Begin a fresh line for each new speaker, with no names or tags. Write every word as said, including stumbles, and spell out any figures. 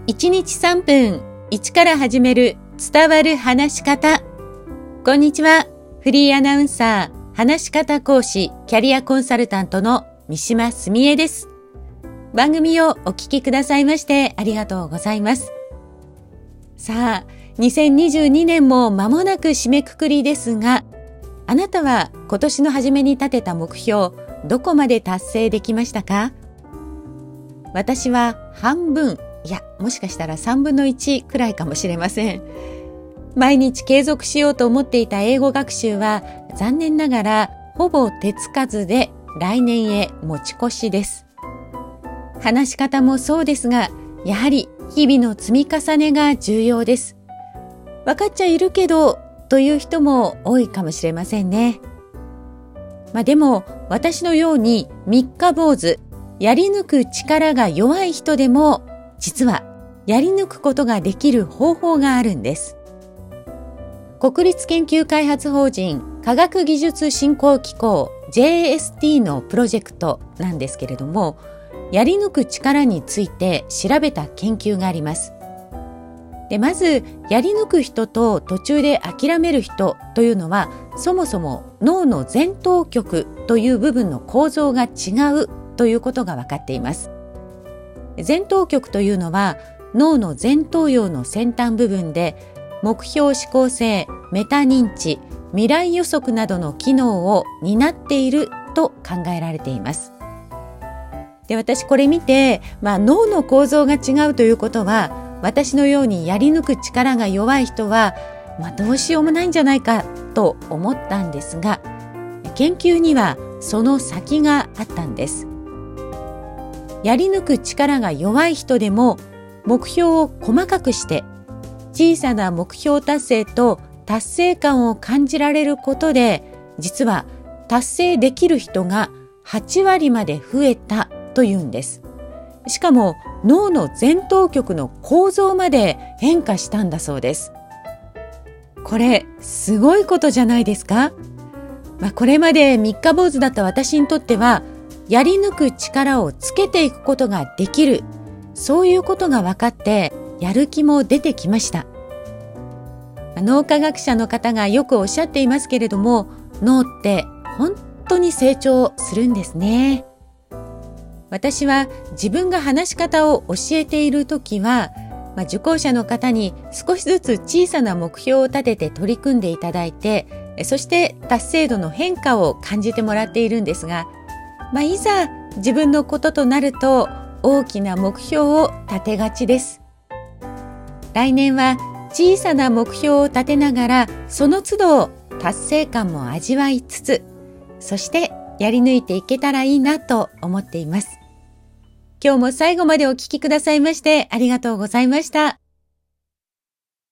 いちにちさんぷん、一から始める伝わる話し方。こんにちは。フリーアナウンサー、話し方講師、キャリアコンサルタントの三島澄江です。番組をお聞きくださいましてありがとうございます。さあ、にせんにじゅうにねんも間もなく締めくくりですが、あなたは今年の初めに立てた目標、どこまで達成できましたか？私は半分、いや、もしかしたらさんぶんのいちくらいかもしれません。毎日継続しようと思っていた英語学習は残念ながらほぼ手つかずで来年へ持ち越しです。話し方もそうですが、やはり日々の積み重ねが重要です。分かっちゃいるけどという人も多いかもしれませんね。まあでも私のように三日坊主、やり抜く力が弱い人でも実はやり抜くことができる方法があるんです。国立研究開発法人科学技術振興機構 ジェーエスティー のプロジェクトなんですけれども、やり抜く力について調べた研究があります。で、まずやり抜く人と途中で諦める人というのは、そもそも脳の前頭極という部分の構造が違うということが分かっています。前頭極というのは脳の前頭葉の先端部分で、目標指向性、メタ認知、未来予測などの機能を担っていると考えられています。で、私これ見て、まあ、脳の構造が違うということは、私のようにやり抜く力が弱い人は、まあ、どうしようもないんじゃないかと思ったんですが、研究にはその先があったんです。やり抜く力が弱い人でも目標を細かくして小さな目標達成と達成感を感じられることで、実は達成できる人がはちわりまで増えたというんです。しかも脳の前頭極の構造まで変化したんだそうです。これすごいことじゃないですか？まあ、これまで三日坊主だった私にとっては、やり抜く力をつけていくことができる、そういうことが分かってやる気も出てきました。脳科学者の方がよくおっしゃっていますけれども、脳って本当に成長するんですね。私は自分が話し方を教えているときは、まあ、受講者の方に少しずつ小さな目標を立てて取り組んでいただいて、そして達成度の変化を感じてもらっているんですが、まあ、いざ自分のこととなると大きな目標を立てがちです。来年は小さな目標を立てながら、その都度達成感も味わいつつ、そしてやり抜いていけたらいいなと思っています。今日も最後までお聞きくださいましてありがとうございました。